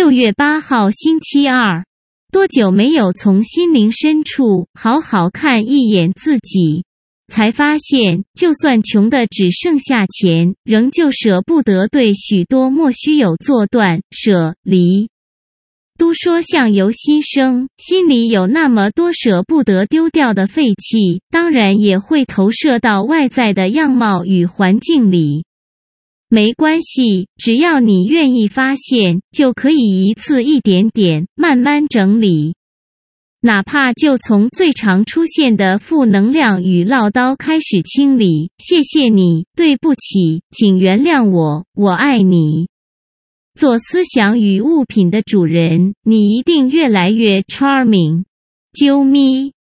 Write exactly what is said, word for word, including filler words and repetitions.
六月八号星期二，多久没有从心灵深处好好看一眼自己，才发现就算穷的只剩下钱，仍旧舍不得对许多莫须有做断舍离。都说相由心生，心里有那么多舍不得丢掉的废气，当然也会投射到外在的样貌与环境里。没关系，只要你愿意发现，就可以一次一点点，慢慢整理。哪怕就从最常出现的负能量与唠叨开始清理。谢谢你，对不起，请原谅我，我爱你。做思想与物品的主人，你一定越来越 charming。啾咪。